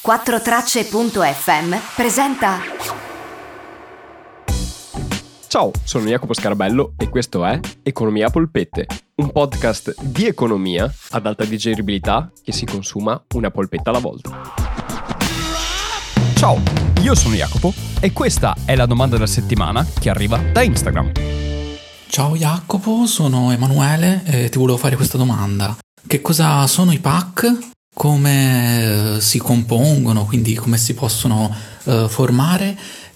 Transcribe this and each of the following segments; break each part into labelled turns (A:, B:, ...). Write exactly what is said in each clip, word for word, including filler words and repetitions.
A: quattro tracce punto effe emme presenta.
B: Ciao, sono Jacopo Scarabello e questo è Economia a polpette, un podcast di economia ad alta digeribilità che si consuma una polpetta alla volta.
C: Ciao, io sono Jacopo e questa è la domanda della settimana che arriva da Instagram.
D: Ciao Jacopo, sono Emanuele e ti volevo fare questa domanda. Che cosa sono i P A C? Come si compongono, quindi come si possono uh, formare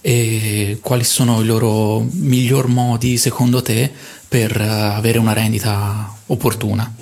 D: e quali sono i loro miglior modi secondo te per uh, avere una rendita opportuna?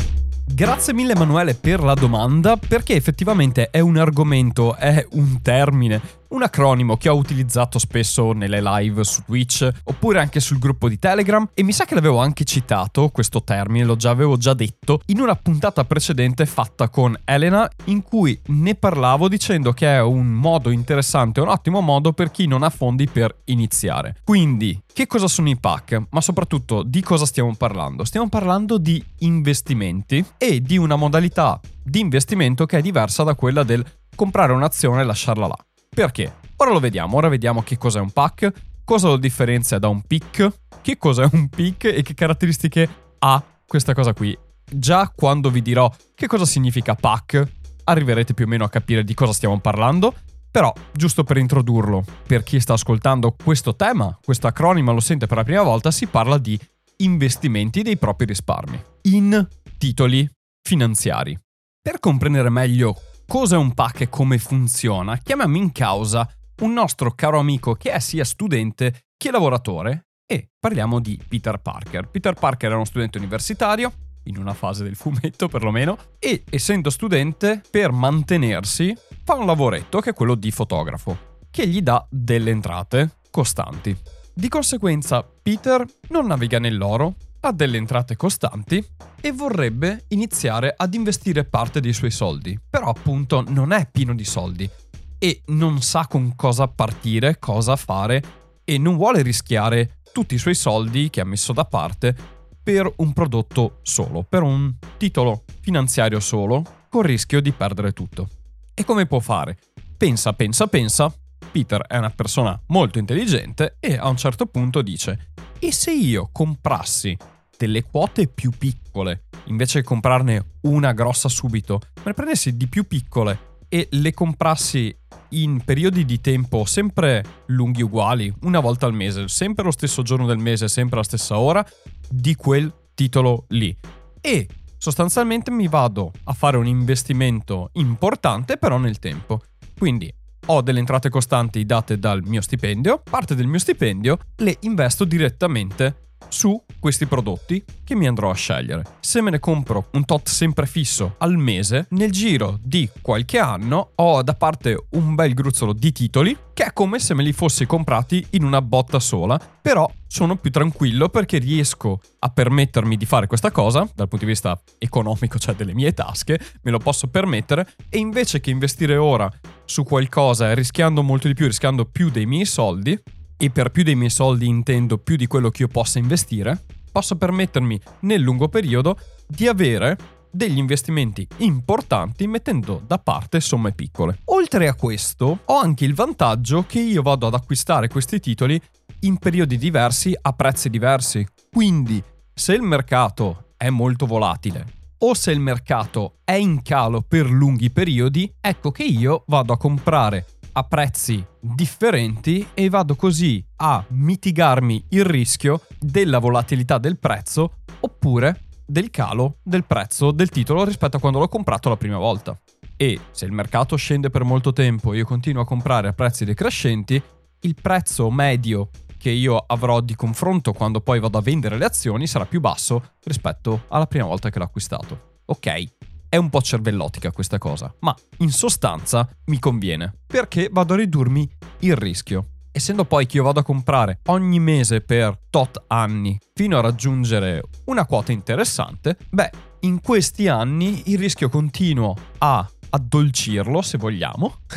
C: Grazie mille Emanuele per la domanda, perché effettivamente è un argomento, è un termine, un acronimo che ho utilizzato spesso nelle live su Twitch oppure anche sul gruppo di Telegram, e mi sa che l'avevo anche citato questo termine, lo già avevo già detto in una puntata precedente fatta con Elena, in cui ne parlavo dicendo che è un modo interessante, un ottimo modo per chi non ha fondi per iniziare. Quindi, che cosa sono i P A C? Ma soprattutto di cosa stiamo parlando? Stiamo parlando di investimenti e di una modalità di investimento che è diversa da quella del comprare un'azione e lasciarla là. Perché? Ora lo vediamo, ora vediamo che cos'è un P A C, cosa lo differenzia da un P I C, che cos'è un P I C e che caratteristiche ha questa cosa qui. Già quando vi dirò che cosa significa P A C, arriverete più o meno a capire di cosa stiamo parlando, però giusto per introdurlo, per chi sta ascoltando questo tema, questo acronimo lo sente per la prima volta, si parla di investimenti dei propri risparmi in titoli finanziari. Per comprendere meglio cosa è un P A C e come funziona, chiamiamo in causa un nostro caro amico che è sia studente che lavoratore e parliamo di Peter Parker. Peter Parker era uno studente universitario, in una fase del fumetto perlomeno, e essendo studente, per mantenersi, fa un lavoretto che è quello di fotografo, che gli dà delle entrate costanti. Di conseguenza, Peter non naviga nell'oro, ha delle entrate costanti e vorrebbe iniziare ad investire parte dei suoi soldi, però appunto non è pieno di soldi e non sa con cosa partire, cosa fare, e non vuole rischiare tutti i suoi soldi che ha messo da parte per un prodotto solo, per un titolo finanziario solo, con il rischio di perdere tutto. E come può fare? Pensa, pensa, pensa. Peter è una persona molto intelligente e a un certo punto dice: e se io comprassi delle quote più piccole, invece che comprarne una grossa subito, me ne prendessi di più piccole e le comprassi in periodi di tempo sempre lunghi uguali, una volta al mese, sempre lo stesso giorno del mese, sempre la stessa ora, di quel titolo lì. E sostanzialmente mi vado a fare un investimento importante però nel tempo. Quindi ho delle entrate costanti date dal mio stipendio, parte del mio stipendio le investo direttamente su questi prodotti che mi andrò a scegliere. Se me ne compro un tot sempre fisso al mese, nel giro di qualche anno ho da parte un bel gruzzolo di titoli che è come se me li fossi comprati in una botta sola, però sono più tranquillo perché riesco a permettermi di fare questa cosa dal punto di vista economico, cioè delle mie tasche, me lo posso permettere, e invece che investire ora su qualcosa rischiando molto di più, rischiando più dei miei soldi, e per più dei miei soldi intendo più di quello che io possa investire, posso permettermi nel lungo periodo di avere degli investimenti importanti mettendo da parte somme piccole. Oltre a questo, ho anche il vantaggio che io vado ad acquistare questi titoli in periodi diversi a prezzi diversi. Quindi, se il mercato è molto volatile o se il mercato è in calo per lunghi periodi, ecco che io vado a comprare a prezzi differenti e vado così a mitigarmi il rischio della volatilità del prezzo oppure del calo del prezzo del titolo rispetto a quando l'ho comprato la prima volta. E se il mercato scende per molto tempo e io continuo a comprare a prezzi decrescenti, il prezzo medio che io avrò di confronto quando poi vado a vendere le azioni sarà più basso rispetto alla prima volta che l'ho acquistato. Ok, è un po' cervellotica questa cosa, ma in sostanza mi conviene, perché vado a ridurmi il rischio. Essendo poi che io vado a comprare ogni mese per tot anni fino a raggiungere una quota interessante, beh, in questi anni il rischio continuo a addolcirlo, se vogliamo,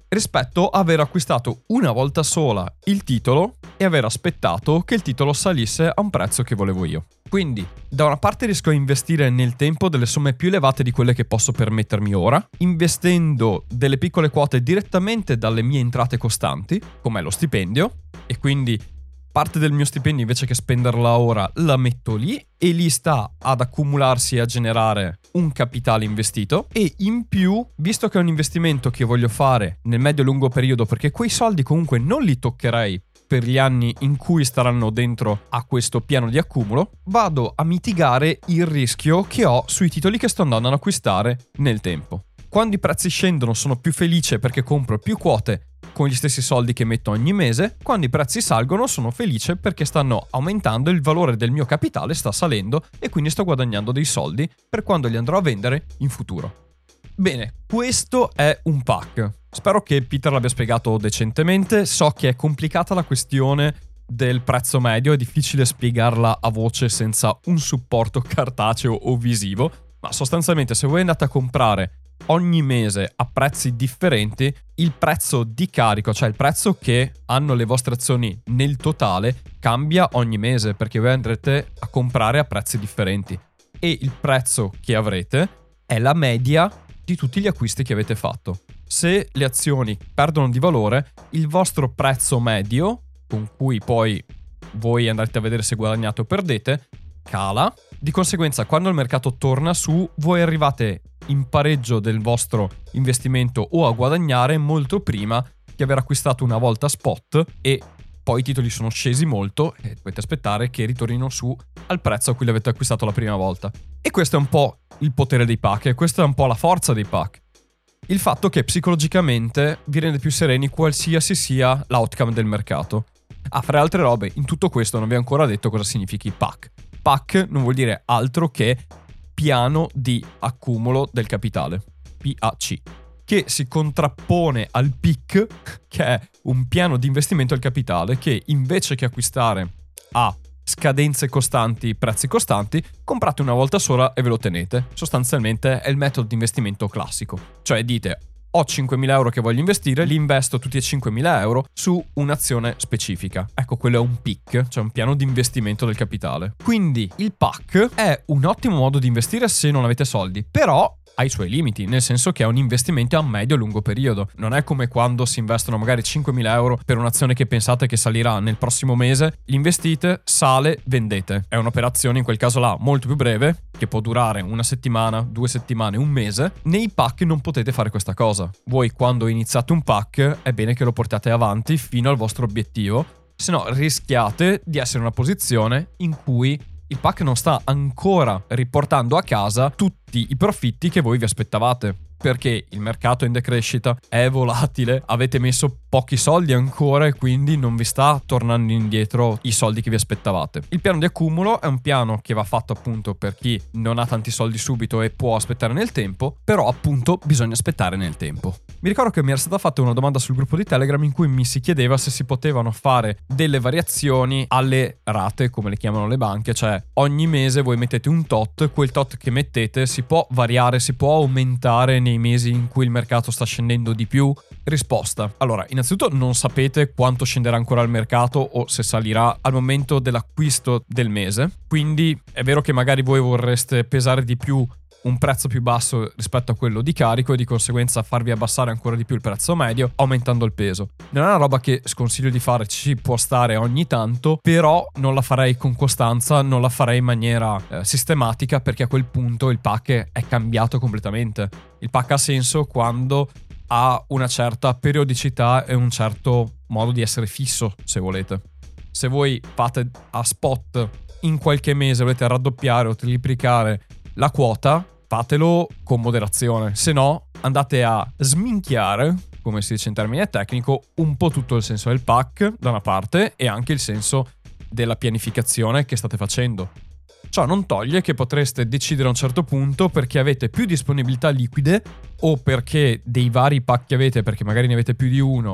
C: rispetto a aver acquistato una volta sola il titolo e aver aspettato che il titolo salisse a un prezzo che volevo io. Quindi, da una parte riesco a investire nel tempo delle somme più elevate di quelle che posso permettermi ora, investendo delle piccole quote direttamente dalle mie entrate costanti, come lo stipendio, e quindi parte del mio stipendio invece che spenderla ora la metto lì e lì sta ad accumularsi e a generare un capitale investito, e in più, visto che è un investimento che voglio fare nel medio-lungo periodo, perché quei soldi comunque non li toccherei per gli anni in cui staranno dentro a questo piano di accumulo, vado a mitigare il rischio che ho sui titoli che sto andando ad acquistare nel tempo. Quando i prezzi scendono sono più felice perché compro più quote con gli stessi soldi che metto ogni mese. Quando i prezzi salgono sono felice perché stanno aumentando, il valore del mio capitale sta salendo e quindi sto guadagnando dei soldi per quando li andrò a vendere in futuro. Bene, questo è un P A C. Spero che Peter l'abbia spiegato decentemente. So che è complicata la questione del prezzo medio, è difficile spiegarla a voce senza un supporto cartaceo o visivo, ma sostanzialmente se voi andate a comprare ogni mese a prezzi differenti, il prezzo di carico, cioè il prezzo che hanno le vostre azioni nel totale, cambia ogni mese perché voi andrete a comprare a prezzi differenti e il prezzo che avrete è la media di tutti gli acquisti che avete fatto. Se le azioni perdono di valore, il vostro prezzo medio, con cui poi voi andrete a vedere se guadagnate o perdete, cala. Di conseguenza, quando il mercato torna su, voi arrivate in pareggio del vostro investimento o a guadagnare molto prima di aver acquistato una volta spot, e poi i titoli sono scesi molto e dovete aspettare che ritornino su al prezzo a cui li avete acquistato la prima volta. E questo è un po' il potere dei P A C, e questa è un po' la forza dei P A C. Il fatto che psicologicamente vi rende più sereni qualsiasi sia l'outcome del mercato. Ah, fra altre robe, in tutto questo non vi ho ancora detto cosa significhi P A C. P A C non vuol dire altro che piano di accumulo del capitale, P A C, che si contrappone al P I C, che è un piano di investimento del capitale che invece che acquistare a scadenze costanti, prezzi costanti, comprate una volta sola e ve lo tenete. Sostanzialmente è il metodo di investimento classico, cioè dite: ho cinquemila euro che voglio investire, li investo tutti e cinquemila euro su un'azione specifica. Ecco, quello è un P I C, cioè un piano di investimento del capitale. Quindi il P A C è un ottimo modo di investire se non avete soldi, però ha i suoi limiti, nel senso che è un investimento a medio-lungo periodo. Non è come quando si investono magari cinquemila euro per un'azione che pensate che salirà nel prossimo mese, l'investite, sale, vendete. È un'operazione in quel caso là molto più breve, che può durare una settimana, due settimane, un mese. Nei P A C non potete fare questa cosa. Voi quando iniziate un P A C è bene che lo portate avanti fino al vostro obiettivo, se no rischiate di essere in una posizione in cui il P A C non sta ancora riportando a casa tutti i profitti che voi vi aspettavate, perché il mercato è in decrescita, è volatile, avete messo pochi soldi ancora e quindi non vi sta tornando indietro i soldi che vi aspettavate. Il piano di accumulo è un piano che va fatto appunto per chi non ha tanti soldi subito e può aspettare nel tempo, però appunto bisogna aspettare nel tempo. Mi ricordo che mi era stata fatta una domanda sul gruppo di Telegram in cui mi si chiedeva se si potevano fare delle variazioni alle rate, come le chiamano le banche, cioè ogni mese voi mettete un tot, quel tot che mettete si può variare, si può aumentare nei mesi in cui il mercato sta scendendo di più? Risposta: allora, innanzitutto non sapete quanto scenderà ancora il mercato o se salirà al momento dell'acquisto del mese, quindi è vero che magari voi vorreste pesare di più un prezzo più basso rispetto a quello di carico e di conseguenza farvi abbassare ancora di più il prezzo medio aumentando il peso. Non è una roba che sconsiglio di fare, ci può stare ogni tanto, però non la farei con costanza, non la farei in maniera eh, sistematica, perché a quel punto il P A C è cambiato completamente. Il P A C ha senso quando ha una certa periodicità e un certo modo di essere fisso, se volete. Se voi fate a spot in qualche mese, volete raddoppiare o triplicare la quota, fatelo con moderazione, se no andate a sminchiare, come si dice in termine tecnico, un po' tutto il senso del P A C da una parte e anche il senso della pianificazione che state facendo. Ciò non toglie che potreste decidere a un certo punto, perché avete più disponibilità liquide o perché dei vari P A C che avete, perché magari ne avete più di uno,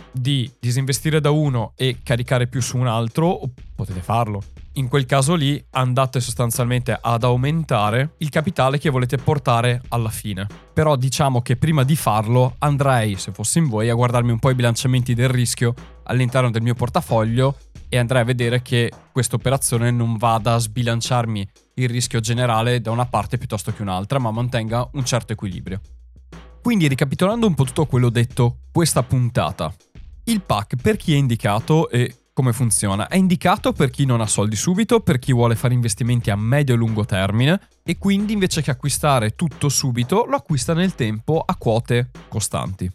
C: di disinvestire da uno e caricare più su un altro, potete farlo. In quel caso lì andate sostanzialmente ad aumentare il capitale che volete portare alla fine. Però diciamo che prima di farlo andrei, se fossi in voi, a guardarmi un po' i bilanciamenti del rischio all'interno del mio portafoglio e andrei a vedere che questa operazione non vada a sbilanciarmi il rischio generale da una parte piuttosto che un'altra, ma mantenga un certo equilibrio. Quindi, ricapitolando un po' tutto quello detto questa puntata, il P A C per chi è indicato e come funziona? È indicato per chi non ha soldi subito, per chi vuole fare investimenti a medio e lungo termine e quindi invece che acquistare tutto subito lo acquista nel tempo a quote costanti.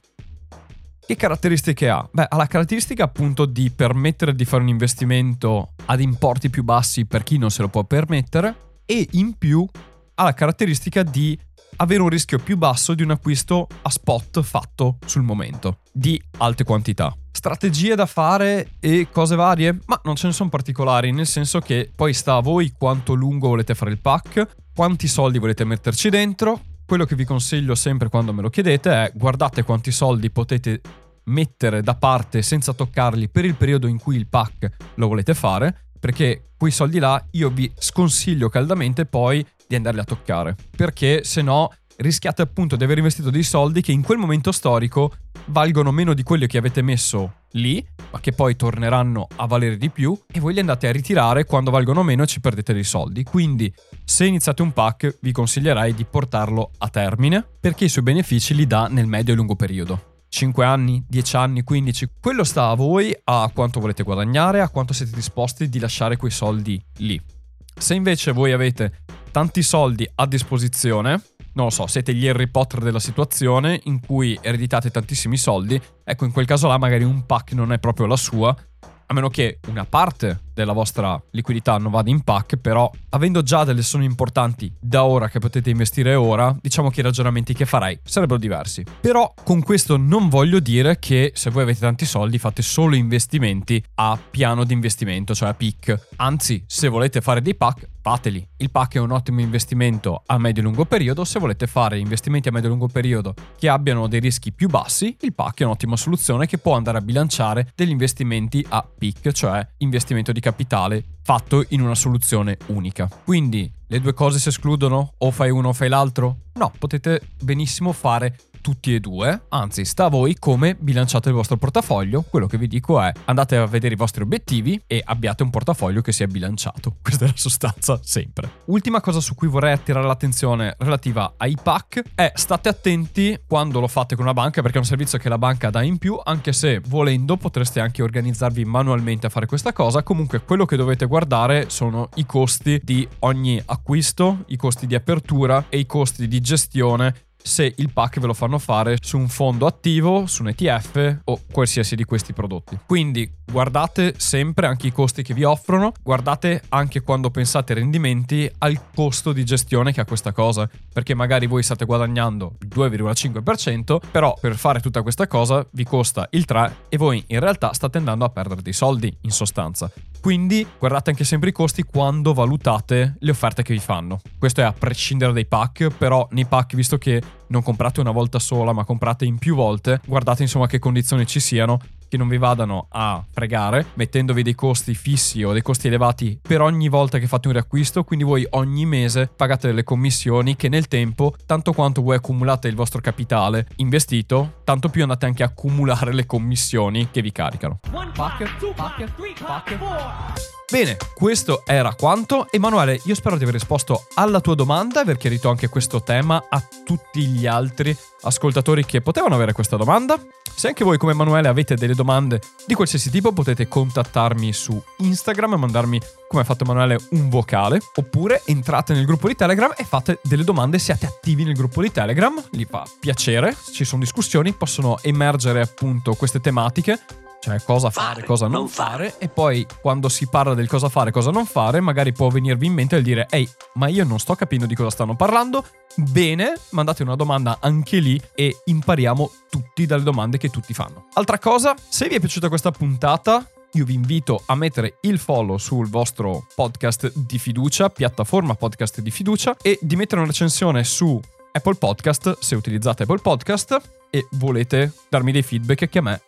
C: Che caratteristiche ha? Beh, ha la caratteristica appunto di permettere di fare un investimento ad importi più bassi per chi non se lo può permettere e in più ha la caratteristica di avere un rischio più basso di un acquisto a spot fatto sul momento, di alte quantità. Strategie da fare e cose varie? Ma non ce ne sono particolari, nel senso che poi sta a voi quanto lungo volete fare il P A C, quanti soldi volete metterci dentro. Quello che vi consiglio sempre quando me lo chiedete è guardate quanti soldi potete mettere da parte senza toccarli per il periodo in cui il P A C lo volete fare, perché quei soldi là io vi sconsiglio caldamente poi di andarli a toccare, perché se no rischiate appunto di aver investito dei soldi che in quel momento storico valgono meno di quelli che avete messo lì, ma che poi torneranno a valere di più e voi li andate a ritirare quando valgono meno e ci perdete dei soldi. Quindi se iniziate un P A C vi consiglierei di portarlo a termine perché i suoi benefici li dà nel medio e lungo periodo. cinque anni, dieci anni, quindici, quello sta a voi, a quanto volete guadagnare, a quanto siete disposti di lasciare quei soldi lì. Se invece voi avete tanti soldi a disposizione, non lo so, siete gli Harry Potter della situazione in cui ereditate tantissimi soldi, ecco in quel caso là magari un P A C non è proprio la sua, a meno che una parte della vostra liquidità non vada in P A C, però avendo già delle somme importanti da ora che potete investire ora, diciamo che i ragionamenti che farei sarebbero diversi. Però con questo non voglio dire che se voi avete tanti soldi fate solo investimenti a piano di investimento, cioè a P I C. Anzi, se volete fare dei P A C, fateli. Il P A C è un ottimo investimento a medio e lungo periodo. Se volete fare investimenti a medio e lungo periodo che abbiano dei rischi più bassi, il P A C è un'ottima soluzione che può andare a bilanciare degli investimenti a P I C, cioè investimento di capitale fatto in una soluzione unica. Quindi le due cose si escludono? O fai uno o fai l'altro? No, potete benissimo fare tutti e due, anzi sta a voi come bilanciate il vostro portafoglio. Quello che vi dico è andate a vedere i vostri obiettivi e abbiate un portafoglio che sia bilanciato. Questa è la sostanza sempre. Ultima cosa su cui vorrei attirare l'attenzione relativa ai P A C è state attenti quando lo fate con una banca, perché è un servizio che la banca dà in più, anche se volendo potreste anche organizzarvi manualmente a fare questa cosa. Comunque quello che dovete guardare sono i costi di ogni acquisto, i costi di apertura e i costi di gestione se il P A C ve lo fanno fare su un fondo attivo, su un E T F o qualsiasi di questi prodotti. Quindi guardate sempre anche i costi che vi offrono, guardate anche quando pensate ai rendimenti al costo di gestione che ha questa cosa, perché magari voi state guadagnando il due virgola cinque per cento, però per fare tutta questa cosa vi costa il tre per cento e voi in realtà state andando a perdere dei soldi in sostanza. Quindi guardate anche sempre i costi quando valutate le offerte che vi fanno. Questo è a prescindere dai P A C, però nei P A C, visto che non comprate una volta sola ma comprate in più volte, guardate insomma che condizioni ci siano, che non vi vadano a fregare mettendovi dei costi fissi o dei costi elevati per ogni volta che fate un riacquisto. Quindi voi ogni mese pagate delle commissioni che nel tempo, tanto quanto voi accumulate il vostro capitale investito, tanto più andate anche a accumulare le commissioni che vi caricano. P A C, P A C, P A C. Bene, questo era quanto. Emanuele, io spero di aver risposto alla tua domanda e aver chiarito anche questo tema a tutti gli altri ascoltatori che potevano avere questa domanda. Se anche voi come Emanuele avete delle domande di qualsiasi tipo, potete contattarmi su Instagram e mandarmi, come ha fatto Emanuele, un vocale, oppure entrate nel gruppo di Telegram e fate delle domande, siate attivi nel gruppo di Telegram, gli fa piacere, ci sono discussioni, possono emergere appunto queste tematiche, cioè cosa fare, fare cosa non fare. fare, e poi quando si parla del cosa fare, cosa non fare, magari può venirvi in mente il dire ehi, ma io non sto capendo di cosa stanno parlando. Bene, mandate una domanda anche lì e impariamo tutti dalle domande che tutti fanno. Altra cosa, se vi è piaciuta questa puntata, io vi invito a mettere il follow sul vostro podcast di fiducia, piattaforma podcast di fiducia, e di mettere una recensione su Apple Podcast se utilizzate Apple Podcast e volete darmi dei feedback che a me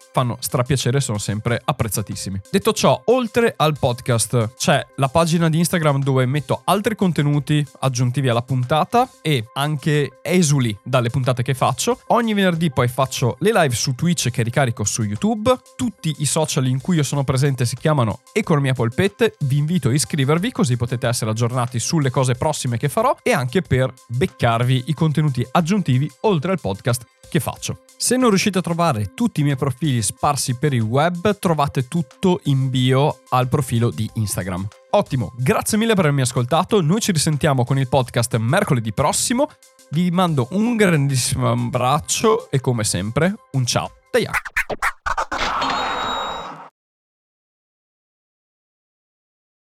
C: fanno strapiacere, sono sempre apprezzatissimi. Detto ciò, oltre al podcast c'è la pagina di Instagram dove metto altri contenuti aggiuntivi alla puntata e anche esuli dalle puntate che faccio. Ogni venerdì poi faccio le live su Twitch che ricarico su YouTube. Tutti i social in cui io sono presente si chiamano Economia Polpette. Vi invito a iscrivervi così potete essere aggiornati sulle cose prossime che farò e anche per beccarvi i contenuti aggiuntivi oltre al podcast che faccio. Se non riuscite a trovare tutti i miei profili sparsi per il web, trovate tutto in bio al profilo di Instagram. Ottimo, grazie mille per avermi ascoltato, noi ci risentiamo con il podcast mercoledì prossimo, vi mando un grandissimo abbraccio e come sempre un ciao da Jacopo.